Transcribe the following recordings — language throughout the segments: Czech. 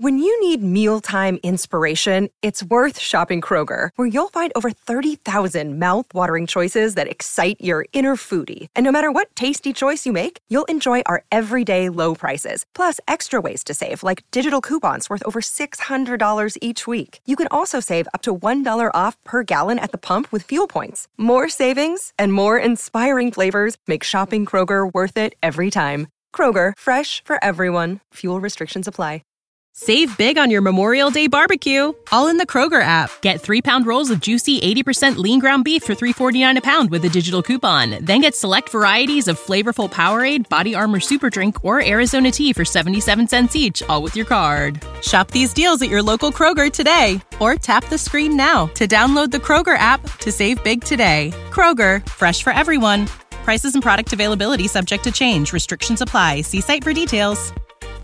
When you need mealtime inspiration, it's worth shopping Kroger, where you'll find over 30,000 mouth-watering choices that excite your inner foodie. And no matter what tasty choice you make, you'll enjoy our everyday low prices, plus extra ways to save, like digital coupons worth over $600 each week. You can also save up to $1 off per gallon at the pump with fuel points. More savings and more inspiring flavors make shopping Kroger worth it every time. Kroger, fresh for everyone. Fuel restrictions apply. Save big on your Memorial Day barbecue, all in the Kroger app. Get 3-pound rolls of juicy 80% lean ground beef for $3.49 a pound with a digital coupon. Then get select varieties of flavorful Powerade, Body Armor Super Drink, or Arizona tea for 77 cents each, all with your card. Shop these deals at your local Kroger today, or tap the screen now to download the Kroger app to save big today. Kroger, fresh for everyone. Prices and product availability subject to change. Restrictions apply. See site for details.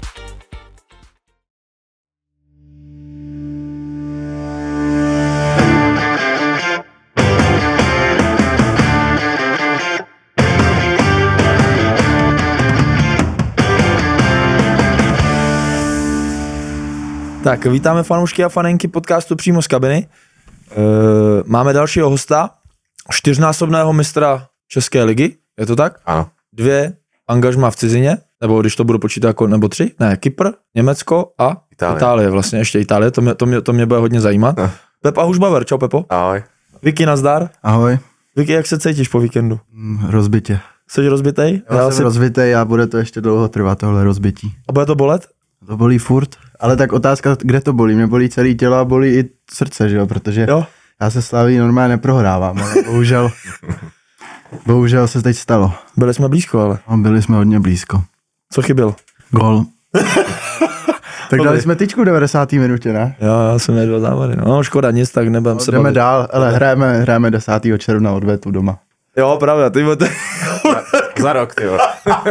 Tak, vítáme fanoušky a fanenky podcastu Přímo z kabiny. Máme dalšího hosta, 4násobného mistra České ligy, je to tak? Ano. 2 angažmá v cizině, nebo když to budu počítat jako, nebo 3, ne, Kypr, Německo a Itálie, vlastně ještě Itálie, to mě bude hodně zajímat. Pepa Hušbaver, čau Pepo. Ahoj. Vicky, nazdar. Ahoj. Vicky, jak se cítíš po víkendu? Rozbitě. Jsi rozbitej? Já jsem rozbitej a bude to ještě dlouho trvat tohle rozbití. A bude to bolet? To bolí furt, ale tak otázka, kde to bolí? Mě bolí celé tělo a bolí i srdce, že jo, protože já se Slaví normálně neprohrávám, ale bohužel se teď stalo. Byli jsme blízko, ale. No, byli jsme hodně blízko. Co chybělo? Gól. Tak dali jsme tyčku v 90. minutě, ne? Jo, já jsem nedal závady. No, škoda, nic, tak nebudem se jdeme bavit. dál, ale hrajeme 10. června odvetu doma. Jo, pravda, ty Za rok, ty jo.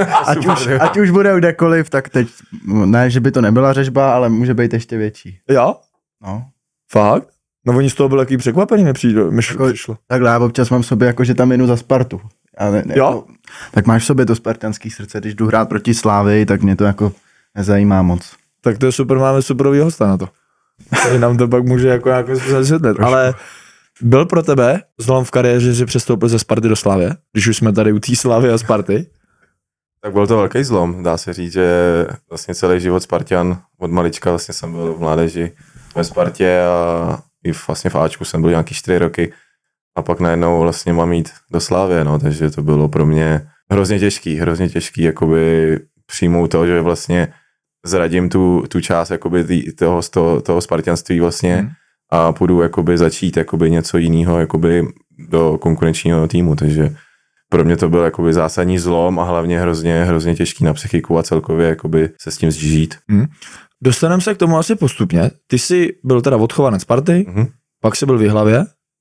Ať už bude kdekoliv, tak teď, ne, že by to nebyla řežba, ale může být ještě větší. Jo? No. Fakt? No oni z toho byli takový překvapený, mi přišlo. Takhle, já občas mám v sobě jako, že tam jdu za Spartu. Jo? Tak máš v sobě to spartanský srdce, když jdu hrát proti Slávii, tak mě to jako nezajímá moc. Tak to je super, máme superový hosta na to. Který nám to pak může jako vysvětlit. Ale byl pro tebe zlom v kariéře, že přestoupil ze Sparty do Slavie, když už jsme tady u té Slavie a Sparty? Tak byl to velký zlom, dá se říct, že vlastně celý život Spartan od malička vlastně jsem byl v mládeži ve Spartě a i vlastně v Ačku jsem byl nějaký 4 roky a pak najednou vlastně mám jít do Slavie, no, takže to bylo pro mě hrozně těžký jakoby přijmout to, že vlastně zradím tu část jakoby toho spartanství vlastně a půjdu jakoby začít jakoby něco jiného jakoby do konkurenčního týmu, takže pro mě to byl jakoby zásadní zlom a hlavně hrozně těžký na psychiku a celkově jakoby se s tím zžít. Dostaneme se k tomu asi postupně. Ty jsi byl teda odchovanec Sparty, pak jsi byl v Jihlavě,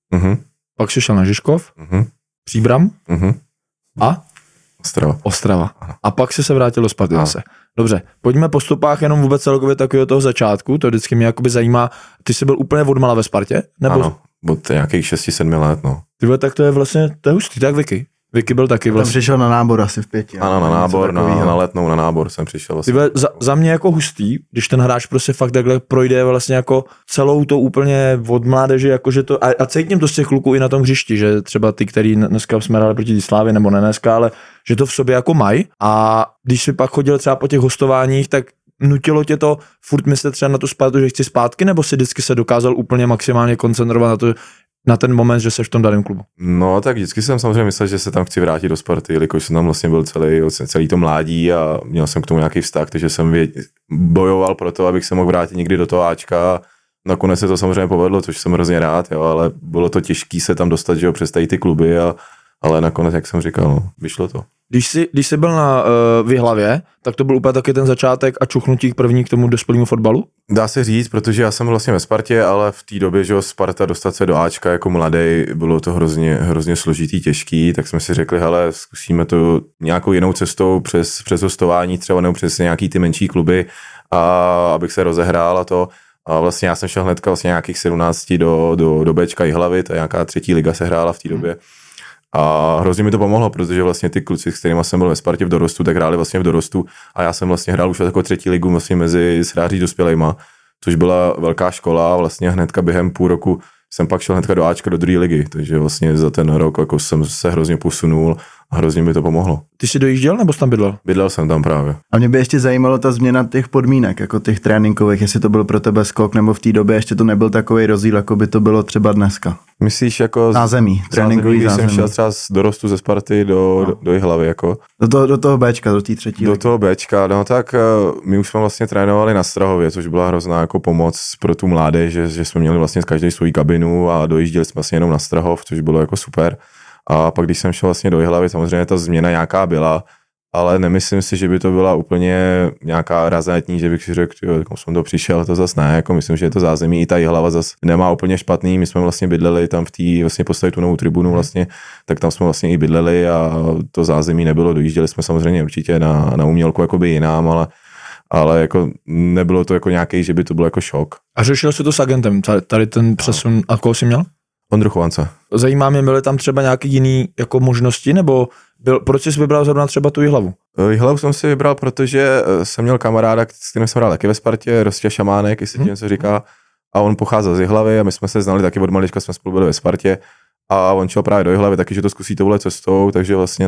pak jsi šel na Žižkov, Příbram a Ostrava. A pak jsi se vrátil do Sparty zase. Dobře, pojďme po stopách jenom vůbec celkově takového toho začátku, to vždycky mě jakoby zajímá. Ty jsi byl úplně odmala ve Spartě? Nebo? Ano, od nějakých 6-7 let, no. Ty tak to je vlastně, to je hustý, tak Vicky. Vicky byl taky vlastně. Tam přišel na nábor asi v 5. Ano, na nábor, na Letnou, na nábor jsem přišel. Vlastně. Za mě jako hustý, když ten hráč prostě fakt takhle projde vlastně jako celou to úplně od mládeže, jakože to, a cítím to z těch kluků i na tom hřišti, že třeba ty, který dneska jsme hráli proti Slávě, nebo ne dneska, ale že to v sobě jako mají a když si pak chodil třeba po těch hostováních, tak nutilo tě to furt myslet třeba na tu Spartu, že chci zpátky, nebo si vždycky se dokázal úplně maximálně koncentrovat na to, na ten moment, že jsi v tom daném klubu? No tak vždycky jsem samozřejmě myslel, že se tam chci vrátit do Sparty, jelikož jsem tam vlastně byl celý to mládí a měl jsem k tomu nějaký vztah, takže jsem bojoval pro to, abych se mohl vrátit někdy do toho Ačka. Nakonec se to samozřejmě povedlo, což jsem hrozně rád, jo, ale bylo to těžké se tam dostat, že jo, přes tady ty kluby, ale nakonec, jak jsem říkal, no, vyšlo to. Když jsi byl v Jihlavě, tak to byl úplně taky ten začátek a čuchnutí první k tomu dospělému fotbalu? Dá se říct, protože já jsem vlastně ve Spartě, ale v té době, že Sparta dostat se do Ačka jako mladý, bylo to hrozně složitý, těžký, tak jsme si řekli, hele, zkusíme to nějakou jinou cestou přes hostování, třeba nebo přes nějaký ty menší kluby, a abych se rozehrál a to. A vlastně já jsem šel hnedka vlastně nějakých 17 do Bčka Jihlavy, to je nějaká 3. liga se hrála v té době. A hrozně mi to pomohlo, protože vlastně ty kluci, s kterými jsem byl ve Spartě v dorostu, tak hráli vlastně v dorostu a já jsem vlastně hrál už jako 3. ligu vlastně mezi hráči dospělejma. což byla velká škola a vlastně hnedka během půl roku jsem pak šel hnedka do Ačka, do druhé ligy, takže vlastně za ten rok jako jsem se hrozně posunul a hrozně mi to pomohlo. Ty jsi dojížděl nebo jsi tam bydlel? Bydlel jsem tam právě. A mě by ještě zajímalo ta změna těch podmínek, jako těch tréninkových, jestli to byl pro tebe skok, nebo v té době ještě to nebyl takový rozdíl, jako by to bylo třeba dneska. Myslíš jako zázemí, tréninkový když zázemí. jsem šel třeba z dorostu ze Sparty do Jihlavy, jako. Do toho Bčka, do té třetí. Do toho Bčka, no tak my už jsme vlastně trénovali na Strahově, což byla hrozná jako pomoc pro tu mládež, že jsme měli vlastně z každé svou kabinu a dojížděli jsme vlastně jenom na Strahov, což bylo jako super. A pak když jsem šel vlastně do Jihlavy, samozřejmě ta změna nějaká byla, ale nemyslím si, že by to byla úplně nějaká razantní, že bych si řekl, jako jsem to přišel, to zas ne, jako myslím, že je to zázemí, i ta Jihlava zas nemá úplně špatný, my jsme vlastně bydleli tam v té vlastně postavit tu novou tribunu vlastně, tak tam jsme vlastně i bydleli a to zázemí nebylo, dojížděli jsme samozřejmě určitě na umělku jakoby jinam, ale jako nebylo to jako nějaký, že by to bylo jako šok. A řešil jsi to s agentem, tady ten přesun, a koho jsi měl? Ondru Chovance. Zajímá mě, byly tam třeba nějaké jiné jako možnosti, nebo proč jsi vybral zrovna třeba tu Jihlavu? Jihlavu jsem si vybral, protože jsem měl kamaráda, s kterým jsem hrál taky ve Spartě, Rostě Šamánek, jestli ti něco říká, a on pocházel z Jihlavy a my jsme se znali taky od malička, jsme spolu byli ve Spartě a on šel právě do Jihlavy taky, že to zkusí touhle cestou, takže vlastně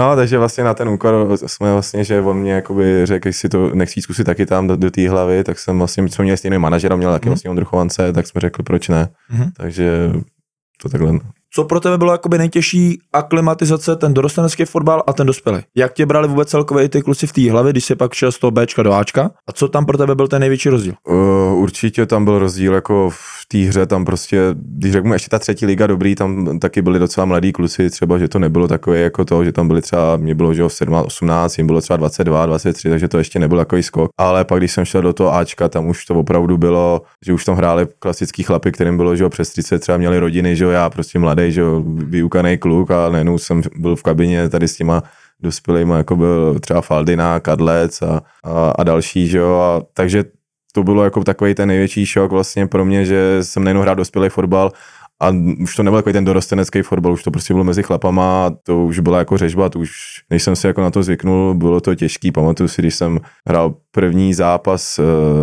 na ten úkor jsme vlastně, že on mě jakoby řekl, jestli to nechci zkusit taky tam do té Jihlavy, tak jsem vlastně, my jsme měli stejný manažera, měl taky vlastně Ondru Chovance, tak jsme řekli, proč ne, takže to takhle. Co pro tebe bylo jakoby nejtěžší aklimatizace, ten dorostenecký fotbal a ten dospělý? Jak tě brali vůbec celkově i ty kluci v té hlavě, když jsi pak šel z toho Bčka do Ačka? A co tam pro tebe byl ten největší rozdíl? Určitě tam byl rozdíl jako v té hře, tam prostě, když řeknu ještě ta třetí liga dobrý, tam taky byli docela mladí kluci, třeba, že to nebylo takové jako to, že tam byli třeba, mě bylo, že 17, 18, jim bylo třeba 22, 23, takže to ještě nebyl takový skok. Ale pak, když jsem šel do toho Ačka, tam už to opravdu bylo, že už tam hráli klasický chlapi, kterým bylo, že přes 30, třeba měli rodiny, že já prostě mladý, že vyukaný kluk a najednou jsem byl v kabině tady s těma dospělejma, jako byl třeba Faldina, Kadlec a další, že jo, a takže to bylo jako takový ten největší šok vlastně pro mě, že jsem nejenom hrál dospělý fotbal a už to nebyl takový ten dorostenecký fotbal, už to prostě bylo mezi chlapama, to už byla jako řežba, to už než jsem si jako na to zvyknul, bylo to těžký, pamatuju si, když jsem hrál první zápas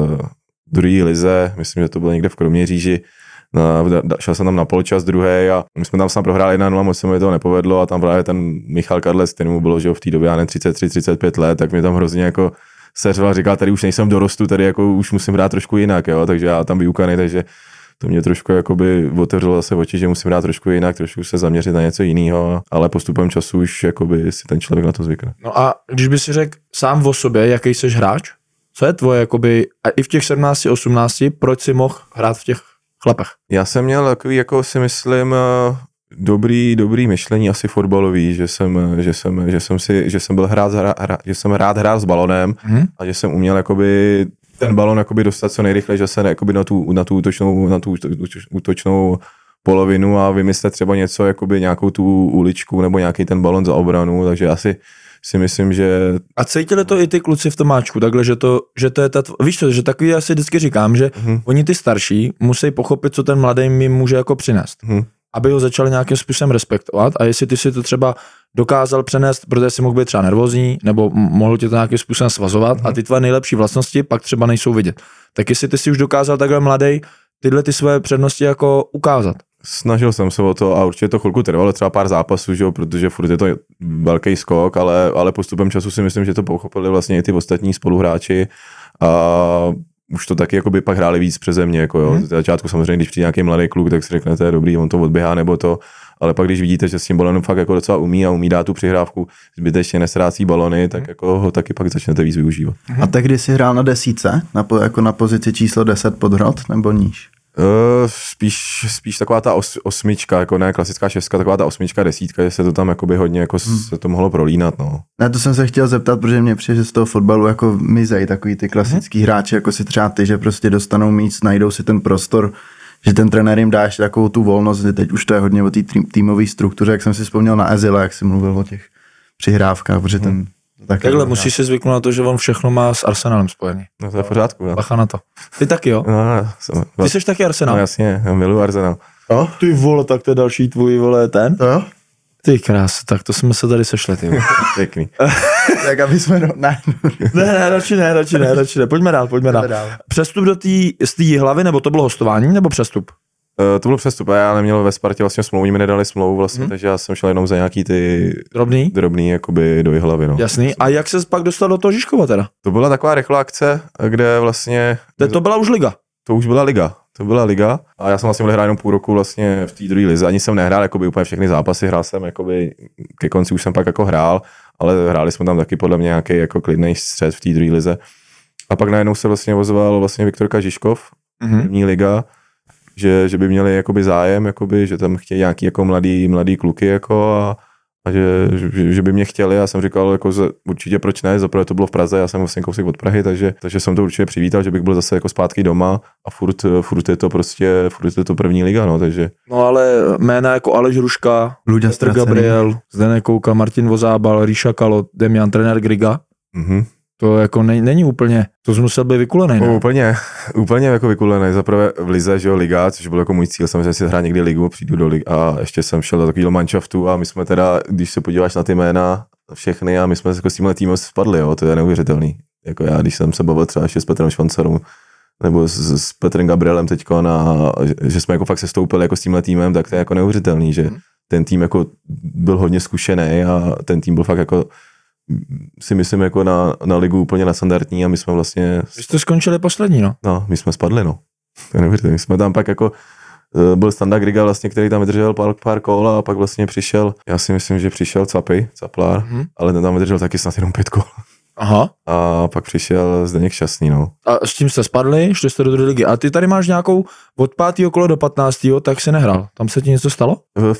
druhé lize, myslím, že to bylo někde v Kroměříži, šel jsem tam na poločas druhý a my jsme tam sám prohráli 1-0, moc se mi to nepovedlo a tam právě ten Michal Kadlec, kterému bylo, že v té době, já ne 33-35 let, tak mě tam hrozně jako seřval, říkal, tady už nejsem dorostu, tady jako už musím hrát trošku jinak, jo, takže já tam vyukanej, takže to mě trošku jakoby otevřelo zase oči, že musím hrát trošku jinak, trošku se zaměřit na něco jiného, ale postupem času už jakoby si ten člověk na to zvykne. No a když by si řekl sám o sobě, jaký jsi hráč, co je tvoje jakoby, a i v těch 17, 18, proč si mohl hrát v těch chlapech? Já jsem měl takový, jako si myslím, dobrý myšlení asi fotbalový, že jsem byl rád hrát s balonem a že jsem uměl jakoby ten balon jakoby dostat co nejrychleji, že se jakoby na tu útočnou polovinu a vymyslet třeba něco, jakoby nějakou tu uličku nebo nějaký ten balon za obranu, takže asi si myslím, že... A cítili to i ty kluci v tom Ačku, takhle, že to je ta... Víš co, že takový já si vždycky říkám, že oni ty starší musí pochopit, co ten mladý mi může jako přinést. Aby ho začali nějakým způsobem respektovat a jestli ty si to třeba dokázal přenést, protože si mohl být třeba nervózní, nebo mohl tě to nějakým způsobem svazovat a ty tvoje nejlepší vlastnosti pak třeba nejsou vidět. Tak jestli ty si už dokázal takhle mladý tyhle ty své přednosti jako ukázat. Snažil jsem se o to a určitě to chvilku trvalo, třeba pár zápasů, že jo, protože furt je to velký skok, ale postupem času si myslím, že to pochopili vlastně i ty ostatní spoluhráči a už to taky jakoby pak hráli víc přeze mě, jako jo. Z začátku samozřejmě, když přijde nějaký mladý kluk, tak si řeknete, dobrý, on to odběhá nebo to, ale pak když vidíte, že s tím balonem fakt jako docela umí dát tu přihrávku, zbytečně nesrácí balony, tak jako ho taky pak začnete víc využívat. A tak když jsi hrál na desíce, jako na pozici číslo 10 pod hrot, nebo níž? Spíš taková ta osmička, jako ne klasická šestka, taková ta osmička, desítka, že se to tam jakoby hodně jako se to mohlo prolínat, no. Ne, to jsem se chtěl zeptat, protože mě přijde, že z toho fotbalu jako mizej takový ty klasický hráči, jako si třeba ty, že prostě dostanou míc, najdou si ten prostor, že ten trenér jim dá ještě takovou tu volnost, že teď už to je hodně o té týmové struktuře, jak jsem si vzpomněl na Ezila, jak jsi mluvil o těch přihrávkách, protože ten takhle musíš si zvyknout na to, že on všechno má s Arsenalem spojený. No to je v pořádku, jo. Bacha na to. Ty taky, jo? No, ty jsi taky Arsenal. No jasně, já miluji Arsenal. Jo? Ty vole, tak to je další tvůj, vole, ten? To jo? Ty krás, tak to jsme se tady sešli, ty. Pěkný. Tak aby jsme... Ne, radši ne. Pojďme dál. Přestup z té hlavy, nebo to bylo hostování, nebo přestup? To byl přestup a já neměl ve Spartě vlastně smlouvu, mi nedali smlouvu vlastně, takže já jsem šel jenom za nějaký ty drobný jakoby do Jihlavy, no. Jasný. A jak se pak dostal do toho Žižkova teda? To byla taková rychlá akce, kde vlastně... To byla už liga. To už byla liga a já jsem vlastně byl hrát jenom půl roku vlastně v té druhé lize, ani jsem nehrál jakoby úplně všechny zápasy, hrál jsem jakoby, ke konci už jsem pak jako hrál, ale hráli jsme tam taky podle mě nějaký jako klidný střed v té druhé lize. A pak najednou se vlastně ozval vlastně Viktorka Žižkov, první liga, že by měli jakoby zájem, jakoby, že tam chtějí nějaký jako mladý kluky jako a že by mě chtěli. Já jsem říkal, jako určitě proč ne, zaprvé to bylo v Praze, já jsem vlastně kousek od Prahy, takže jsem to určitě přivítal, že bych byl zase jako zpátky doma a furt je to první liga, no, takže. No ale jména jako Aleš Hruška, Petr Gabriel, Zdeněk Kouka, Martin Vozábal, Ríša Kalo, Demian, trenér Griga. To jako není úplně, to jsi musel být vykulený, ne? Úplně jako vykulený. Zaprvé v lize, že jo, liga, což byl jako můj cíl, samozřejmě si hrát někdy ligu, přijdu do ligy a ještě jsem šel do takového manšaftu a my jsme teda, když se podíváš na ty jména všechny a my jsme jako s tímhle týmem spadli, jo, to je neuvěřitelný. Jako já, když jsem se bavil třeba ještě s Petrem Švancerou nebo s Petrem Gabrielem teďko, že jsme jako fakt se stoupili jako s tímhle týmem, tak to je jako neuvěřitelný, že ten tým jako byl hodně zkušený a ten tým byl fakt jako si myslím jako na ligu úplně nadstandardní a my jsme vlastně... Vy jste skončili poslední, no? No, my jsme spadli, no. My jsme tam pak jako... Byl Standa Griga vlastně, který tam vydržel pár kol a pak vlastně přišel, já si myslím, že přišel Caplár, ale ten tam vydržel taky snad jenom 5 kol. Aha. A pak přišel Zdeněk Šťastný, no. A s tím jste spadli, šli jste do druhé ligy. A ty tady máš nějakou od 5. kola do 15. tak si nehrál. Tam se ti něco stalo?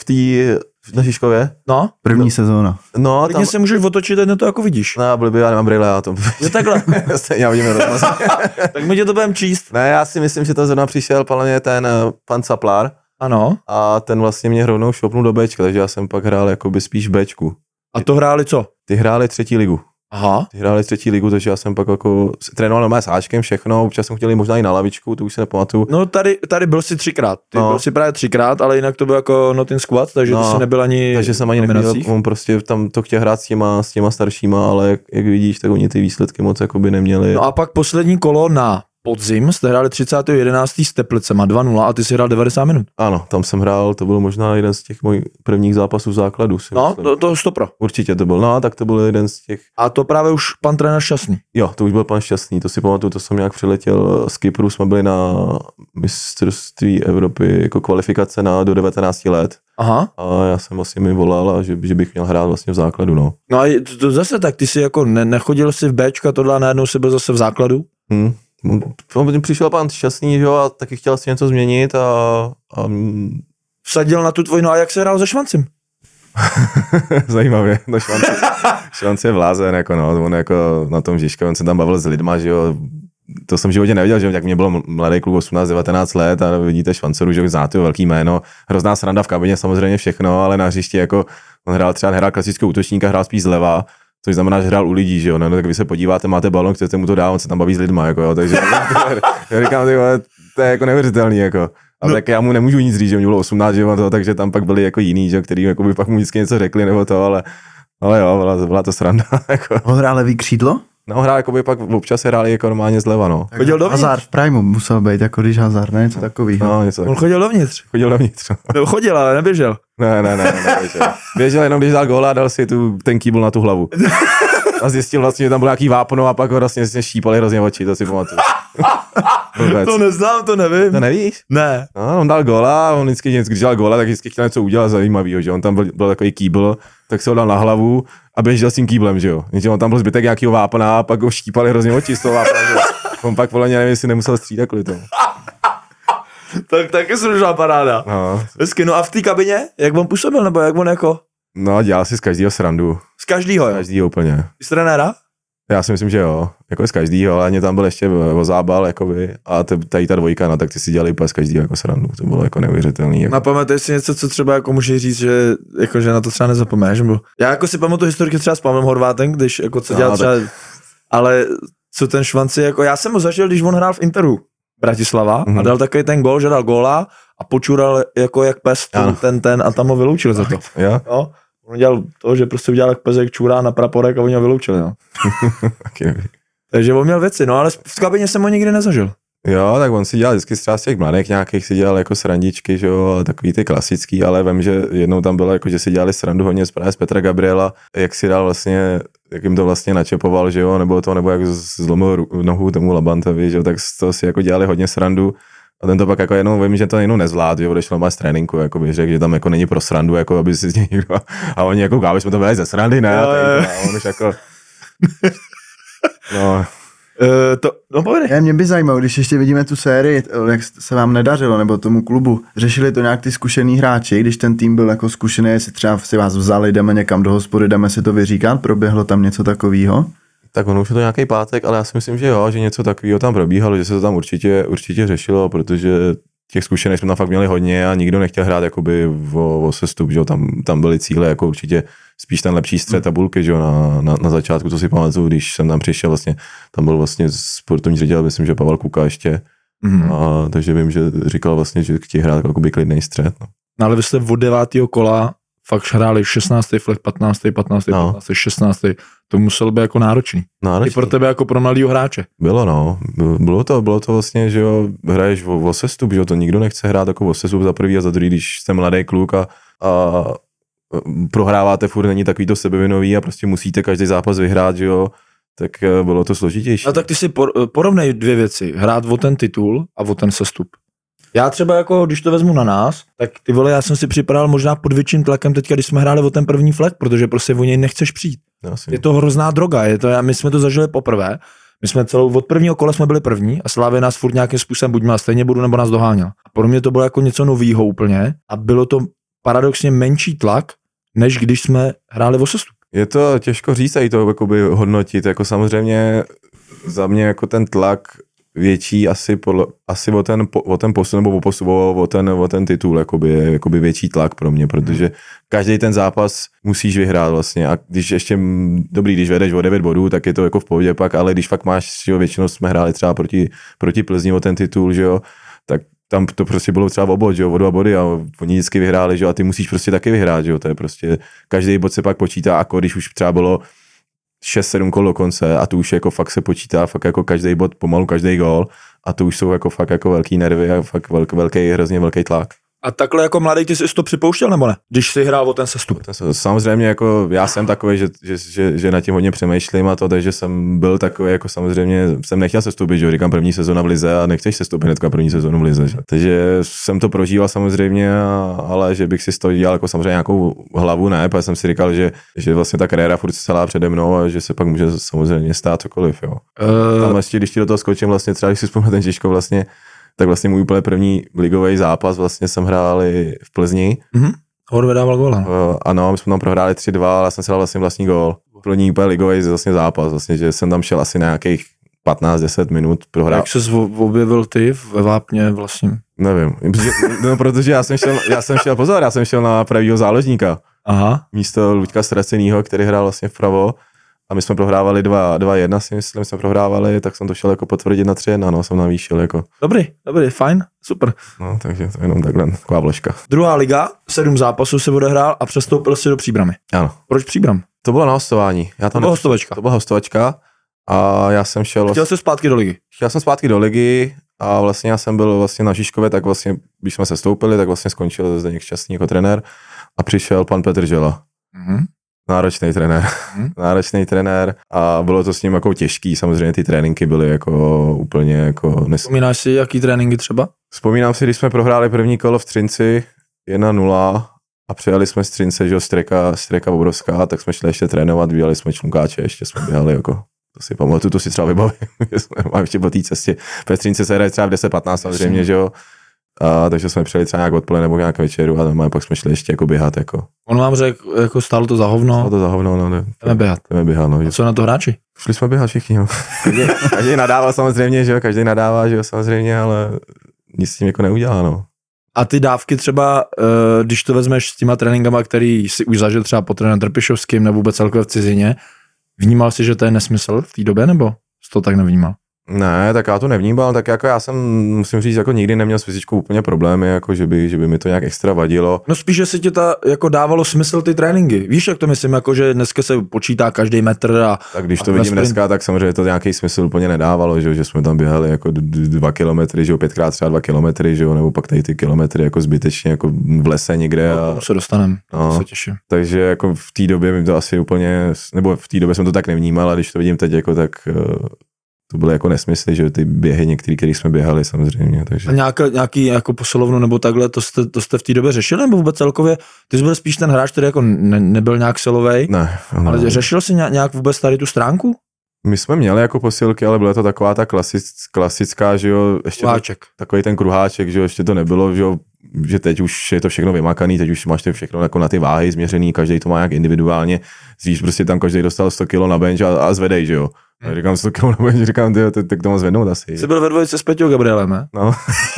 Na Žižkově? No. První sezóna. No, tam se můžeš otočit, ať to jako vidíš. No, blbý, já nemám brýle, já to... Jo, takhle. Já vidím rozmaz. Tak my tě to budeme číst. Ne, já si myslím, že to zrovna přišel ten pan Caplár. Ano. A ten vlastně mě rovnou šopnul do Bčka, takže já jsem pak hrál jakoby spíš Bčku. A to hráli co? Ty hráli 3. ligu. Aha. Ty hráli 3. ligu, takže já jsem pak jako trénoval normálně s Háčkem všechno, občas jsem chtěl jít možná i na lavičku, to už se nepamatuju. No tady byl si 3krát, byl si právě 3krát, ale jinak to byl jako not in squad, takže ty jsi nebyl ani. Takže jsem ani nechodil, on prostě tam to chtěl hrát s těma staršíma, ale jak vidíš, tak oni ty výsledky moc jakoby neměli. No a pak poslední kolo na podzim jste hráli 30.11. s Teplicema 2-0 a ty si hrál 90 minut. Ano, tam jsem hrál, to byl možná jeden z těch mojich prvních zápasů v základu. No, to 100%. Určitě to byl, no, tak to byl jeden z těch. A to právě už pan trenér Šťastný. Jo, to už byl pan Šťastný, to si pamatuju, to jsem nějak přiletěl z Kypru, jsme byli na mistrovství Evropy jako kvalifikace do 19 let. Aha. A já jsem vlastně mi volal, a že bych měl hrát vlastně v základu, no. No a to zase tak, ty si jako nechodil si v Bčka, tohle a najednou si byl zase v základu? Přišel pan Šťastný, že jo, a taky chtěl si něco změnit a... Vsadil na tu tvoji, no a jak se hrál se Švancem? Zajímavě, no Švanc je vlázen, jako no, on jako na tom Žižka, on se tam bavil s lidma, že jo, to jsem v životě neviděl, že jak mě bylo mladý kluk 18-19 let a vidíte Švanceru, že znáte velký jméno, hrozná sranda v kabině samozřejmě všechno, ale na hřišti jako on hrál klasického útočníka, hrál spíš zleva, což znamená, že hrál u lidí, že jo, no, tak vy se podíváte, máte balon, chcete mu to dát, on se tam baví s lidma, jako jo, takže já říkám, to je jako neuvěřitelný, jako. Ale tak já mu nemůžu nic říct, že mě bylo 18, že jo, takže tam pak byli jako jiný, že který jako by pak mu vždycky něco řekli nebo to, ale jo, byla to sranda, jako. On hrál levý křídlo? No, hrál jako by pak občas hráli jako normálně zleva, no. Chodil dovnitř? Hazard v Primu musel být, jako když Hazard, ne, něco takového. No, něco On chodil dovnitř. No, chodil, ale neběžel. Ne, neběžel. Běžel jenom, když dal góla a dal si ten kýbl na tu hlavu. A zjistil vlastně, že tam byl nějaký vápno a pak ho vlastně štípali hrozně oči, to si pamatuju. To neznám, to nevím. To nevíš? Ne. No, on dal góla, on vždycky, když dal góla, tak vždycky chtěl něco udělat zajímavého, že on tam byl takový kýbl, tak se ho dal na hlavu a běžel s tím kýblem, že jo. Jenže on tam byl zbytek nějakého vápna a pak ho štípali hrozně oči z toho vápna, že jo. On pak podle mě nevím, jestli nemusel střídat kvůli tomu. Tak taky služná paráda. No. Hezky, no a v té kabině, jak on působil, nebo jak on jako? No, dělal si z každého srandu. Z každého, jo? Z každého úplně. Z trenéra? Já si myslím, že jo, jako z každého, ale mě tam byl ještě Vozábal, jakoby, a tady ta dvojka, no tak ty si dělali úplně z každého jako srandu, to bylo jako neuvěřitelný. Jako. A pamatuješ si něco, co třeba jako můžeš říct, že, jako, že na to třeba nezapomeneš, nebo... Já jako si pamatuju historiky třeba s Pavlem Horvátem, když jako co dělal třeba, ale co ten Švanci, jako já jsem ho zažil, když on hrál v Interu Bratislava a dal takový ten gól, že dal góla a počural jako jak pes ten a tam ho vyloučil za to. Jo? No. On dělal to, že prostě udělal jak pezek čůrá na praporek a oni ho vyloučili, no. Takže on měl věci, no ale v kabině jsem ho nikdy nezažil. Jo, tak on si dělal vždycky třeba z těch mladých nějakých si dělal jako srandičky, že jo, takový ty klasický, ale vím, že jednou tam bylo jako, že si dělali srandu hodně právě z Petra Gabriela, jak si dal vlastně, jak jim to vlastně načepoval, že jo, nebo jak zlomil nohu tomu Labantovi, že jo, tak to si jako dělali hodně srandu. A ten to pak jako jenom, vím, že to jenom nezvládl, že odešel má z tréninku, jako bych řekl, že tam jako není pro srandu, jako aby si někdo, a oni jako, aby jsme to byli ze srandy, ne, a on už jako, no. No povedej. Mě by zajímalo, když ještě vidíme tu sérii, jak se vám nedařilo, nebo tomu klubu, řešili to nějak ty zkušený hráči, když ten tým byl jako zkušený, jestli třeba si vás vzali, jdeme někam do hospody, jdeme si to vyříkat, proběhlo tam něco takového? Tak ono už je to nějaký pátek, ale já si myslím, že jo, že něco takového tam probíhalo, že se to tam určitě řešilo, protože těch zkušených jsme tam fakt měli hodně a nikdo nechtěl hrát jakoby o sestup, že jo, tam byly cíle jako určitě spíš ten lepší střed tabulky, že jo, na začátku, co si pamatuju, když jsem tam přišel vlastně, tam byl vlastně sportovní ředitel, myslím, že Pavel Kuka ještě, a takže vím, že říkal vlastně, že chtějí hrát jakoby klidnej střed, no. No ale vy jste od 9. kola fakt hráli 16. flek, 15., 16. To muselo být jako náročný. I pro tebe jako pro mladýho hráče. Bylo, no. Bylo to vlastně, že jo, hraješ o sestup, že jo, to nikdo nechce hrát jako o sestup za prvý a za druhý, když jste mladý kluk a prohráváte furt, není takový to sebevinový a prostě musíte každý zápas vyhrát, že jo, tak bylo to složitější. A tak ty si porovnej dvě věci, hrát o ten titul a o ten sestup. Já třeba jako, když to vezmu na nás, tak ty vole, já jsem si připadal možná pod větším tlakem teďka, když jsme hráli o ten první flek, protože prostě o něj nechceš přijít. Asi. Je to hrozná droga, my jsme to zažili poprvé, my jsme od prvního kola jsme byli první a Slavia nás furt nějakým způsobem buď měla stejně budu, nebo nás doháněl. A pro mě to bylo jako něco novýho úplně a bylo to paradoxně menší tlak, než když jsme hráli o sestup. Je to těžko říct a i to jakoby hodnotit, jako samozřejmě za mě jako ten tlak větší asi o ten posun nebo o ten titul jakoby větší tlak pro mě, protože každý ten zápas musíš vyhrát vlastně a když ještě když vedeš o 9 bodů, tak je to jako v pohodě pak, ale když fakt máš, že jo, většinou jsme hráli třeba proti Plzni o ten titul, že jo, tak tam to prostě bylo třeba o bod, že jo, o 2 body a oni vždycky vyhráli, že jo, a ty musíš prostě taky vyhrát, že jo, to je prostě, každý bod se pak počítá, jako když už třeba bylo 6-7 kol do konce a to už jako fakt se počítá, fakt jako každý bod, pomalu každý gól a to už jsou jako fakt jako velký nervy a fakt hrozně velký tlak. A takhle jako mladý ty jsi to připouštěl nebo ne? Když jsi hrál o ten sestup. Samozřejmě jako já jsem takový, že na tím hodně přemýšlím a to, takže jsem byl takový, jako samozřejmě jsem nechtěl sestupit, že říkám první sezona v lize a nechceš sestupit hnedka první sezonu v lize. Že? Takže jsem to prožíval samozřejmě, ale že bych si z toho dělal jako samozřejmě nějakou hlavu, ne, protože jsem si říkal, že vlastně ta kariéra furt se celá přede mnou a že se pak může samozřejmě stát cokoliv, jo. Tam ještě, když ti do toho skočím vlastně třeba, když si vzpomínám ten Žižkov vlastně, tak vlastně můj úplně první ligový zápas vlastně jsem hrál v Plzni. Horve dával góla. Ano, my jsme tam prohráli 3-2, ale já jsem si dal vlastně vlastní gól. Plní úplně ligový vlastně zápas, vlastně, že jsem tam šel asi na nějakých 15-10 minut prohrál. Jak se objevil ty ve Vápně vlastně? Nevím, protože já jsem šel na pravýho záložníka. Aha. Místo Luďka Ztracenýho, který hrál vlastně vpravo. A my jsme prohrávali 2-1, si myslím, jsme prohrávali, tak jsem to šel jako potvrdit na 3-1, no, jsem navýšil jako. Dobrý, fajn, super. No, takže to jenom takhle, taková vložka. Druhá liga, 7 zápasů se odehrál a přestoupil si do Příbramy. Ano. Proč Příbram? To bylo na hostování. To byla hostovačka. To byla hostovačka a já jsem šel... Chtěl jsi zpátky do ligy? Chtěl jsem zpátky do ligy a vlastně já jsem byl vlastně na Žižkově, tak vlastně, když jsme se stoupili, tak vlastně skončil Zdeněk Šťastný jako trenér a přišel pan Petr Žela. Náročný trenér a bylo to s ním jako těžký, samozřejmě ty tréninky byly jako úplně jako... Vzpomínáš si, jaký tréninky třeba? Vzpomínám si, když jsme prohráli první kolo v Třinci 1-0 a přijali jsme z Třince, že streka obrovská, tak jsme šli ještě trénovat, běhali jsme člunkáče, ještě jsme běhali jako... To si pamatuju, to si třeba vybavím, že jsme mám ještě po té cestě. Ve Třince se hraje třeba v 10-15 samozřejmě, že jo. A takže jsme přijeli třeba nějak odpoledne nebo nějak večeru a pak jsme šli ještě jako běhat. Jako. On vám řekl, jako stálo to za hovno? Stálo to za hovno, no ne. Jdeme běhat, no. A co na to hráči? Šli jsme běhat všichni, no. Každý nadával samozřejmě, že jo, každý nadává, že jo, samozřejmě, ale nic s tím jako neudělá, no. A ty dávky třeba, když to vezmeš s těma tréninkama, který si už zažil třeba po trenéru Trpišovským nebo vůbec celkově v cizině, vnímal si, že to je nesmysl v té době, nebo jsi to tak nevnímal? Ne, tak já to nevnímal, tak jako já jsem, musím říct, jako nikdy neměl s fyzičkou úplně problémy, jako že by mi to nějak extra vadilo. No spíš, že si ti jako dávalo smysl ty tréninky. Víš, jak to myslím, jako že dneska se počítá každý metr a... Tak když to vidím dneska, tak samozřejmě to nějaký smysl úplně nedávalo, že jsme tam běhali jako 2 kilometry, že jo, 5x třeba 2 kilometry, že jo, nebo pak tady ty kilometry jako zbytečně jako v lese někde. A... No, se dostaneme, no, se těším. Takže jako v té době mi to asi úplně, nebo v té době jsem to tak nevnímal, a když to vidím teď, jako tak to byly jako nesmysly, že ty běhy některý, který jsme běhali samozřejmě. Takže. A nějaký jako posilovnu nebo takhle, to jste v té době řešili, nebo vůbec celkově? Ty jsi byl spíš ten hráč, který jako nebyl nějak silovej, ne, ale řešil jsi nějak vůbec tady tu stránku? My jsme měli jako posilky, ale byla to taková ta klasická, že jo, ještě takový ten kruháček, že jo, ještě to nebylo, že jo, že teď už je to všechno vymakaný, teď už máš to všechno jako na ty váhy změřený, každý to má nějak individuálně, zvíš, prostě tam každý dostal 100 kg na bench a zvedej, že jo. A říkám 100 kg na bench, říkám, tak to mám zvednout asi. Jsi byl ve dvojici s Peťou Gabrielem, ne? No.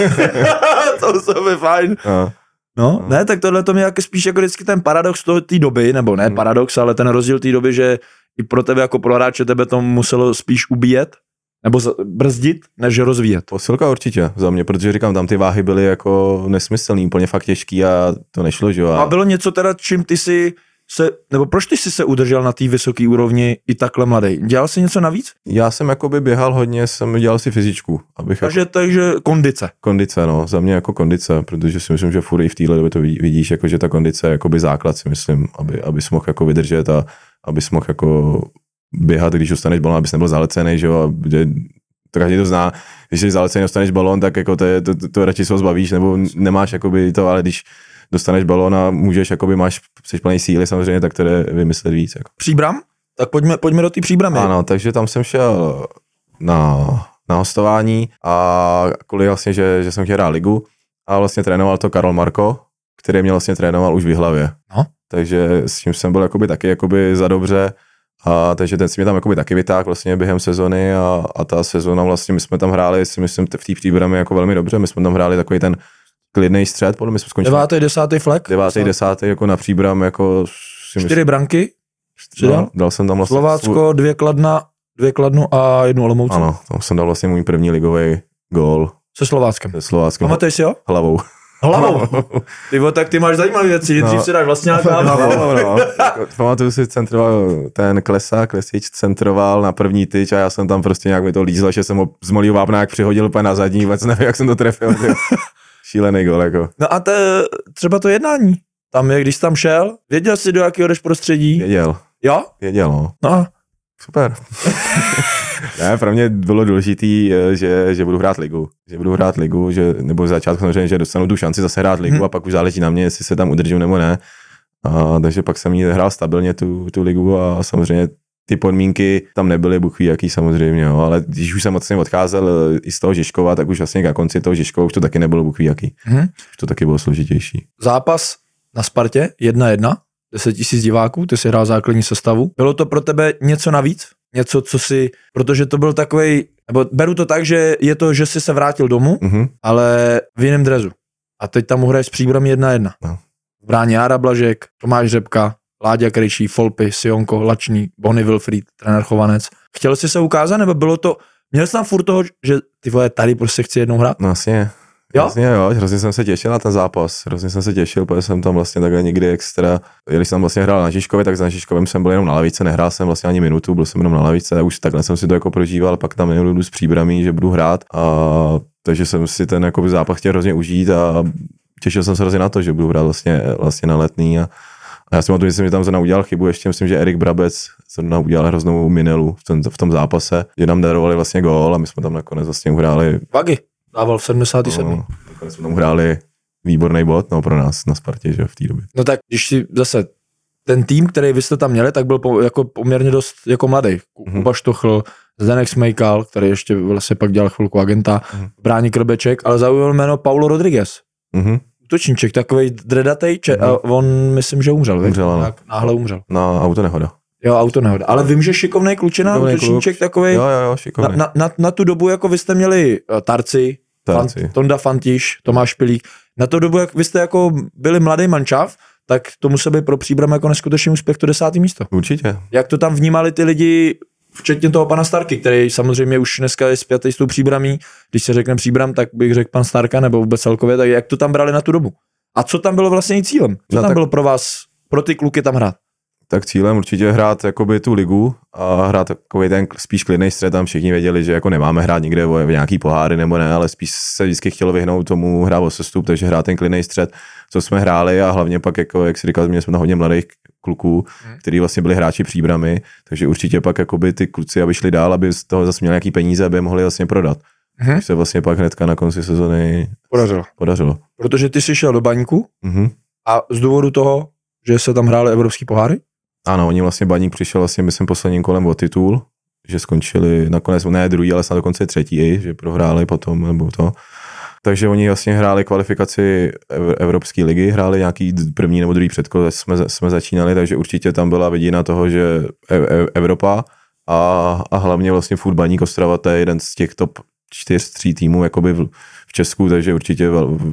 To by fajn. No, ne, tak tohle to mě jako spíš jako vždycky ten paradox té doby, nebo ne paradox, ale ten rozdíl té doby, že i pro tebe jako pro hráče tebe to muselo spíš ubíjet, nebo brzdit, než rozvíjet. Posilka určitě za mě, protože říkám, tam ty váhy byly jako nesmyslný, úplně fakt těžký a to nešlo, že jo. A bylo něco teda, čím ty si nebo proč ty jsi se udržel na té vysoké úrovni i takhle mladý? Dělal jsi něco navíc? Já jsem jakoby běhal hodně, jsem dělal si fyzičku. Takže kondice. Kondice, no, za mě jako kondice, protože si myslím, že furt i v téhle době to vidíš, jako, že ta kondice je jakoby základ, si myslím, aby mohl jako vydržet a aby mohl jako běhat, když dostaneš balón, abys nebyl zalecený, že jo, to každý to zná, když jsi zalecený, dostaneš balón, tak jako to radši se ho zbavíš, nebo nemáš jakoby to, ale když dostaneš balón a můžeš, jakoby jsi plný síly samozřejmě, tak to jde vymyslet víc. Jako. Příbram? Tak pojďme do té Příbramy. Ano, takže tam jsem šel na hostování a kvůli vlastně, že jsem chtěl hrát ligu a vlastně trénoval to Karol Marko, který mě vlastně trénoval už v Jihlavě. No. Takže s tím jsem byl jakoby taky jakoby za dobře. A takže ten si mě tam jakoby taky vytáhl vlastně během sezony a ta sezona vlastně, my jsme tam hráli, si myslím, v té Příbrami jako velmi dobře, my jsme tam hráli takový ten klidnej střed, podle mě jsme skončili. 9. 10. flek? 9. 10. jako na Příbram, jako... 4 branky? Dal jsem tam vlastně... Slovácko, 2 Kladno a 1 Olomouc. Ano, tam jsem dal vlastně můj první ligový gól. Se Slováckem. Pamatuješ si ho? Hlavou. Ty tak ty máš zajímavé věci, že dřív si dáš vlastně no. Pamatuju si, centroval ten Klesič centroval na první tyč a já jsem tam prostě nějak mi to lízlo, že jsem ho z malýho vápna jak přihodil úplně na zadní, vůbec nevím, jak jsem to trefil. Šílený gol, jako. No a třeba to jednání. Tam je, když jsi tam šel, věděl jsi, do jakého jdeš prostředí? Věděl. Jo? Věděl, no. No. Super. Ne, pro mě bylo důležitý, že budu hrát ligu, že, nebo v začátku samozřejmě, že dostanu tu šanci zase hrát ligu a pak už záleží na mě, jestli se tam udržím nebo ne. Takže pak jsem jí hrál stabilně tu ligu a samozřejmě ty podmínky tam nebyly, Bůh ví jaký samozřejmě, jo, ale když už jsem vlastně odcházel i z toho Žižkova, tak už vlastně na konci toho Žižkova už to taky nebylo Bůh ví jaký. Už to taky bylo složitější. Zápas na Spartě 1-1, 10 000 diváků, ty si hrál základní sestavu. Bylo to pro tebe něco navíc? Něco, co si, protože to byl takovej, nebo beru to tak, že je to, že jsi se vrátil domů, ale v jiném drezu. A teď tam uhraješ s Příbram 1-1. No. V bráně Jára Blažek, Tomáš Řepka, Láďa Krejčí, Folpy, Sionko, Lačný, Bonny Wilfried, trenér Chovanec. Chtěl jsi se ukázat, nebo bylo to, měl jsi tam furt toho, že ty vole, tady prostě chci jednou hrát? No jasně. Jo? Vlastně jo, hrozně jsem se těšil na ten zápas, protože jsem tam vlastně takhle nikdy extra, když jsem vlastně hrál na Žižkově, tak za Žižkovem jsem byl jenom na lavice, nehrál jsem vlastně ani minutu, byl jsem jenom na lavice a už takhle jsem si to jako prožíval, pak tam jdu s Příbramí, že budu hrát a takže jsem si ten jako zápas chtěl hrozně užít a těšil jsem se hrozně na to, že budu hrát vlastně na Letný a já si pamatuju, že jsem tam zrovna udělal chybu, ještě myslím, že Erik Brabec zrovna udělal hroznou minelu v tom zápase, že nám darovali vlastně gól a my jsme tam nakonec vlastně uhráli. Vagy dával v 77. No, nakonec jsme tam uhráli výborný bod, no pro nás na Spartě, že v té době. No tak, když si zase ten tým, který vy jste tam měli, tak byl jako poměrně dost jako mladý. Kuba Štochl, Zdeněk Smejkal, který ještě vlastně pak dělal chvilku agenta, Bráni Krbeček, ale zaujal jméno Paulo Rodriguez. Útočníček, takovej dredatej, a on myslím, že umřel, Umřel, tak náhle umřel. Na autonehoda. Jo, autonehoda. Ale vím, že šikovnej klučina, útočníček takovej. Jo, šikovnej. Na tu dobu, jako vy jste měli Tarci. Tonda Fantiš, Tomáš Pilík. Na tu dobu, jak vy jste jako byli mladý mančav, tak to musel být pro Příbram jako neskutečný úspěch to 10. místo. Určitě. Jak to tam vnímali ty lidi Včetně toho pana Starky, který samozřejmě už dneska je zpětej s tou Příbramí. Když se řekne Příbram, tak bych řekl pan Starka nebo vůbec celkově, tak jak to tam brali na tu dobu? A co tam bylo vlastně i cílem? Co tam bylo pro vás, pro ty kluky tam hrát? Tak cílem určitě hrát jakoby tu ligu a hrát takový ten spíš klidný střed, tam všichni věděli, že jako nemáme hrát nikde v nějaký poháry nebo ne, ale spíš se vždycky chtělo vyhnout tomu hrát o sestup, takže hrát ten klidný střed, co jsme hráli a hlavně pak, jako, jak si říkal, měli jsme na hodně mladých kluků, kteří vlastně byli hráči Příbramy, takže určitě pak jakoby ty kluci, aby šli dál, aby z toho zase měli nějaký peníze, aby je mohli vlastně prodat. Což se vlastně pak hnedka na konci sezony podařilo. Protože ty jsi šel do Baníku a z důvodu toho, že se tam hrály evropský poháry? Ano, oni vlastně Baník přišel vlastně, myslím, posledním kolem o titul, že skončili nakonec, ne druhý, ale snad dokonce třetí, že prohráli potom, nebo to. Takže oni vlastně hráli kvalifikaci Evropské ligy, hráli nějaký první nebo druhý předkolo, jsme začínali, takže určitě tam byla vidina toho, že Evropa a hlavně vlastně furt Baník Ostrava, to je jeden z těch top 4-3 týmů jakoby v Česku, takže určitě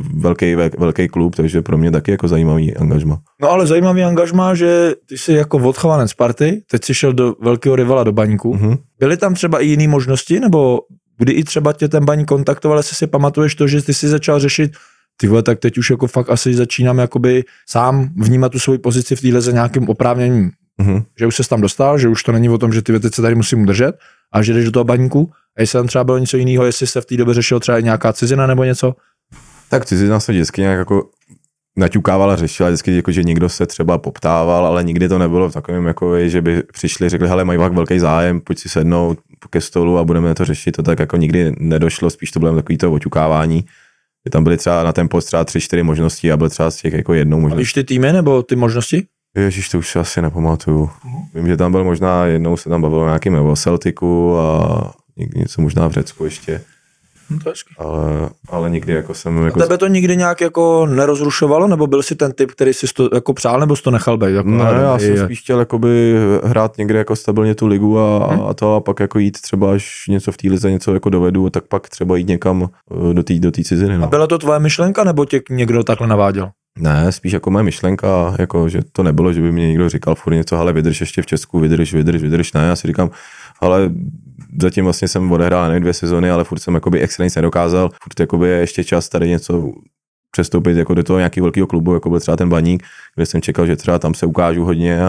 velký klub, takže pro mě taky jako zajímavý angažma. No ale zajímavý angažma, že ty jsi jako odchovanec Sparty, teď jsi šel do velkého rivala do Baníku. Byly tam třeba i jiné možnosti, nebo kdy i třeba tě ten Baník kontaktoval, jestli si pamatuješ to, že ty jsi začal řešit, ty vole, tak teď už jako fakt asi začínám jakoby sám vnímat tu svoji pozici v téhle za nějakým oprávněním. Že už ses tam dostal, že už to není o tom, že ty teď se tady musím udržet a že jdeš do toho Baníku. A jestli tam třeba bylo něco jiného, jestli se v té době řešil třeba i nějaká cizina nebo něco? Tak cizina se vždycky nějak jako naťukávala, řešila vždycky, jako, že někdo se třeba poptával, ale nikdy to nebylo v takovém, jako, že by přišli, řekli, hele, mají velký zájem, pojď si sednout ke stolu a budeme to řešit. To tak jako nikdy nedošlo, spíš to bylo takový to oťukávání. Tam byly třeba na ten post třeba 3-4 možnosti a byl třeba z těch jako jednou možnost. A víš ty týmy nebo ty možnosti? Ježiš, to už si asi nepamatuju. Vím, že tam byl možná, jednou se tam bavilo nějakým o Celticu a něco možná v Řecku ještě. To je ale nikdy jako jsem... Jako... A tebe to nikdy nějak jako nerozrušovalo, nebo byl jsi ten typ, který si to jako přál, nebo jsi to nechal být? Jako ne, já jsem spíš chtěl jakoby hrát někde jako stabilně tu ligu a to a pak jako jít třeba, až něco v té lize něco jako dovedu, tak pak třeba jít někam do té ciziny. No. A byla to tvoje myšlenka, nebo tě někdo takhle naváděl? Ne, spíš jako moje myšlenka, jako, že to nebylo, že by mě někdo říkal furt něco, ale vydrž ještě v Česku, vydrž, ne, já si říkám, ale zatím vlastně jsem odehrál nevím 2 sezony, ale furt jsem jakoby extra nic nedokázal, furt jakoby je ještě čas tady něco přestoupit jako do toho nějakého velkého klubu, jako byl třeba ten Baník, kde jsem čekal, že třeba tam se ukážu hodně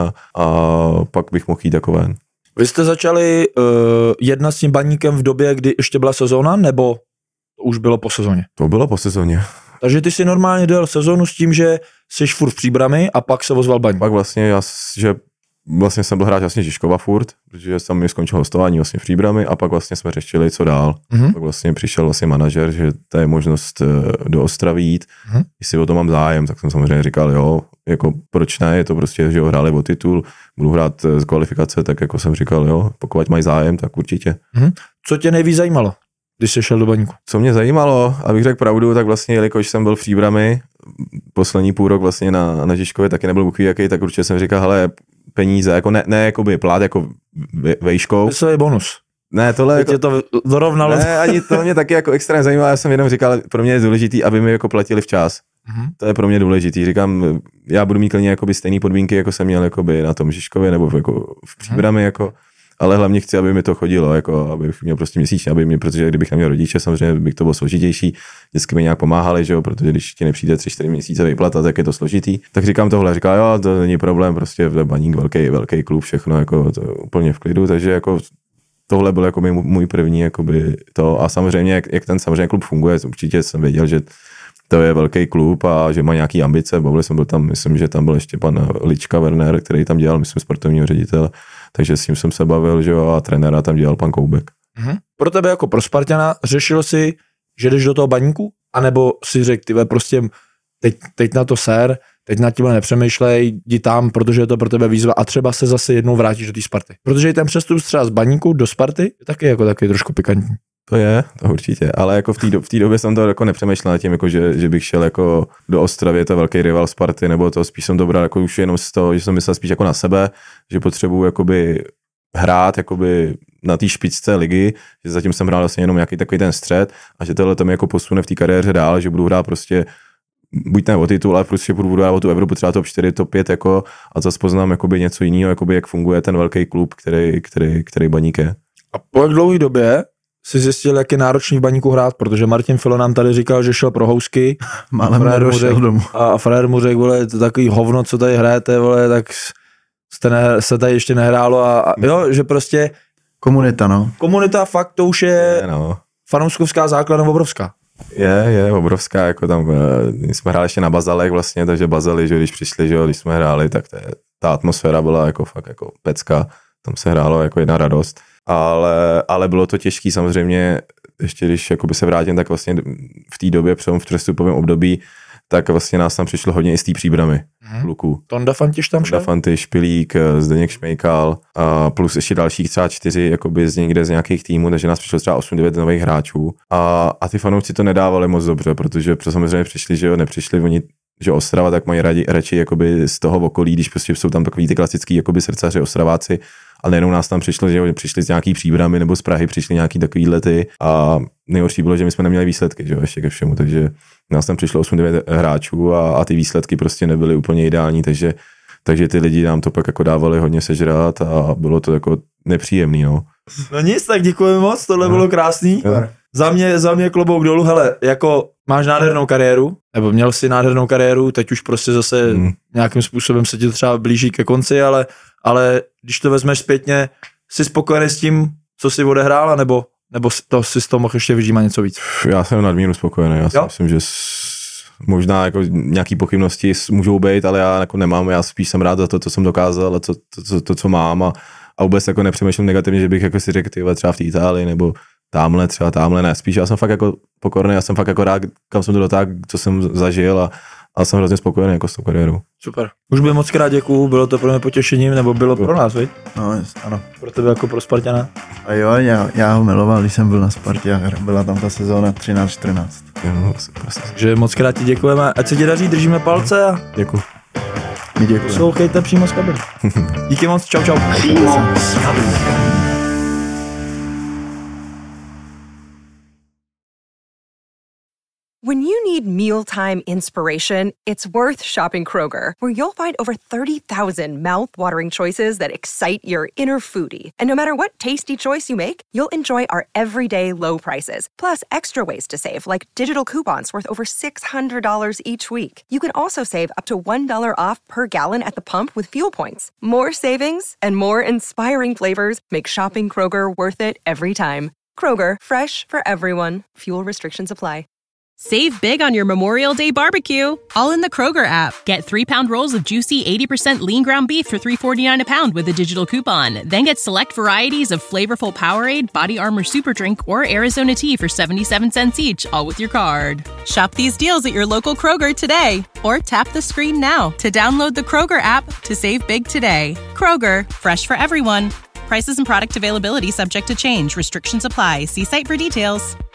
a pak bych mohl jít jako ven. Vy jste začali jednat s tím Baníkem v době, kdy ještě byla sezóna, nebo už bylo po sezóně? To bylo po sezóně. Takže ty si normálně dělal sezónu s tím, že jsi furt v Příbrami a pak se ozval Baník. Pak vlastně vlastně jsem byl hráč vlastně Žižkova furt, protože tam mi skončil hostování vlastně v Příbrami a pak vlastně jsme řešili, co dál. Pak vlastně přišel vlastně manažer, že to je možnost do Ostravy jít. Jestli o to mám zájem, tak jsem samozřejmě říkal, jo, jako proč ne, je to prostě, že ho hráli o titul, budu hrát z kvalifikace, tak jako jsem říkal, jo, pokud mají zájem, tak určitě. Co tě nejvíc zajímalo, když jsi šel do Baníku? Co mě zajímalo, abych řekl pravdu, tak vlastně, jelikož jsem byl v Příbrami, poslední půl rok vlastně na Žižkově taky nebyl bůh jaký, tak určitě jsem říkal, hele, peníze, jako ne jakoby plát, jako vejškou. To je bonus. Ne, tohle jako, tě to dorovnalo. Ne, ani to mě taky jako extrémně zajímalo, já jsem jenom říkal, pro mě je důležitý, aby mi jako platili včas. To je pro mě důležitý. Říkám, já budu mít klidně jakoby stejné podmínky, jako jsem měl jakoby na tom Žižkově nebo jako v Příbrami, jako, ale hlavně chci, aby mi to chodilo, jako, abych měl prostě měsíčně, protože kdybych neměl rodiče, samozřejmě bych to bylo složitější, vždycky mi nějak pomáhali, že jo, protože když ti nepřijde 3-4 měsíce vyplata, tak je to složitý. Tak říkám tohle, říká, jo, to není problém, prostě Baník, velký klub, všechno jako to úplně v klidu, takže jako tohle byl jako můj první jakoby to a samozřejmě, jak ten samozřejmě klub funguje, určitě jsem věděl, že to je velký klub a že má nějaký ambice, bavili jsem byl tam, myslím, že tam byl ještě pan Lička Werner, který tam dělal, myslím, sportovního ředitele, takže s ním jsem se bavil, že jo, a trenéra tam dělal pan Koubek. Pro tebe jako pro Spartana řešil si, že jdeš do toho Baníku, anebo si řekl, ty prostě teď na to ser, teď nad tím nepřemýšlej, jdi tam, protože je to pro tebe výzva a třeba se zase jednou vrátíš do té Sparty. Protože i ten přestup třeba z Baníku do Sparty je taky trošku pikantní. To je, to určitě, ale jako v té době jsem to jako nepřemýšlel nad tím, jako že bych šel jako do Ostravy, je to velký rival Sparty, nebo to spíš jsem to bral jako už jenom z toho, že jsem myslel spíš jako na sebe, že potřebuju jakoby hrát jakoby na té špičce ligy, že zatím jsem hrál vlastně jenom nějaký takový ten střed a že tohle to mi jako posune v té kariéře dál, že budu hrát prostě buď ne o titul, ale prostě budu dát o tu Evropu, třeba top 4, top 5 jako, a zase poznám jakoby něco jiného, jakoby jak funguje ten velký klub, který Baník je. A po jak dlouhé době si zjistil, jak je náročný v Baníku hrát, protože Martin Filo nám tady říkal, že šel pro housky. Málem nedošel domů. A frajer mu řekl, vole, to takový hovno, co tady hrajete, vole, tak se tady ještě nehrálo a jo, že prostě Komunita, no. Komunita fakt to už je fanouškovská základna obrovská. Je obrovská, jako tam, jsme hráli ještě na Bazalech vlastně, takže Bazely, že když přišli, že když jsme hráli, tak ta atmosféra byla jako fakt jako pecka, tam se hrálo jako jedna radost, ale bylo to těžký samozřejmě, ještě když jakoby se vrátím, tak vlastně v té době v přestupovém období, tak vlastně nás tam přišlo hodně i z té Příbramy kluků. Tonda Fantiš tam šel? Tonda Fantiš, Špilík, Zdeněk Šmejkal a plus ještě dalších třeba 4 jakoby z nějakých týmů, takže nás přišlo třeba 8-9 nových hráčů a ty fanoušci to nedávali moc dobře, protože samozřejmě přišli, že jo, nepřišli oni, že Ostrava, tak mají radši jakoby z toho okolí, když prostě jsou tam takový ty klasický jakoby srdcaři Ostraváci, ale nejenom nás tam přišlo, že přišli z nějaký Příbramy nebo z Prahy, přišli nějaký takový lety a nejhorší bylo, že my jsme neměli výsledky, že jo, ještě ke všemu, takže nás tam přišlo 8-9 hráčů a ty výsledky prostě nebyly úplně ideální, takže ty lidi nám to pak jako dávali hodně sežrát a bylo to jako nepříjemný, no. No nic, tak děkujeme moc, tohle bylo krásný. Za mě klobouk dolů, hele, jako máš nádhernou kariéru, nebo měl jsi nádhernou kariéru, teď už prostě zase nějakým způsobem se ti to třeba blíží ke konci, ale když to vezmeš zpětně, jsi spokojený s tím, co jsi odehrál, nebo to si z toho mohl ještě vyžímat něco víc? Já jsem nadmíru spokojený, já si myslím, že možná jako nějaký pochybnosti můžou být, ale já jako nemám, já spíš jsem rád za to, co jsem dokázal a to, co mám a vůbec jako nepřemýšlím negativně, že bych jako si řekl, tyhle třeba v té Itálii nebo tamhle ne, spíš já jsem fakt jako pokorný, já jsem fakt jako rád, kam jsem to dotáhl, co jsem zažil a jsem hrozně spokojený jako s tou kariérou. Super. Už bych moc krát děkuju, bylo to pro mě potěšením, nebo bylo pro nás, viď? No, ano. Pro tebe jako pro Spartana? A jo, já ho miloval, když jsem byl na Spartě a byla tam ta sezóna 13-14. Jo, takže moc krát ti děkujeme, ať se ti daří, držíme palce a děkuju. My děkujeme. Poslouchejte přímo z kabiny. Díky moc, čau. When you need mealtime inspiration, it's worth shopping Kroger, where you'll find over 30,000 mouth-watering choices that excite your inner foodie. And no matter what tasty choice you make, you'll enjoy our everyday low prices, plus extra ways to save, like digital coupons worth over $600 each week. You can also save up to $1 off per gallon at the pump with fuel points. More savings and more inspiring flavors make shopping Kroger worth it every time. Kroger, fresh for everyone. Fuel restrictions apply. Save big on your Memorial Day barbecue, all in the Kroger app. Get 3-pound rolls of juicy 80% lean ground beef for $3.49 a pound with a digital coupon. Then get select varieties of flavorful Powerade, Body Armor Super Drink, or Arizona tea for 77 cents each, all with your card. Shop these deals at your local Kroger today, or tap the screen now to download the Kroger app to save big today. Kroger, fresh for everyone. Prices and product availability subject to change. Restrictions apply. See site for details.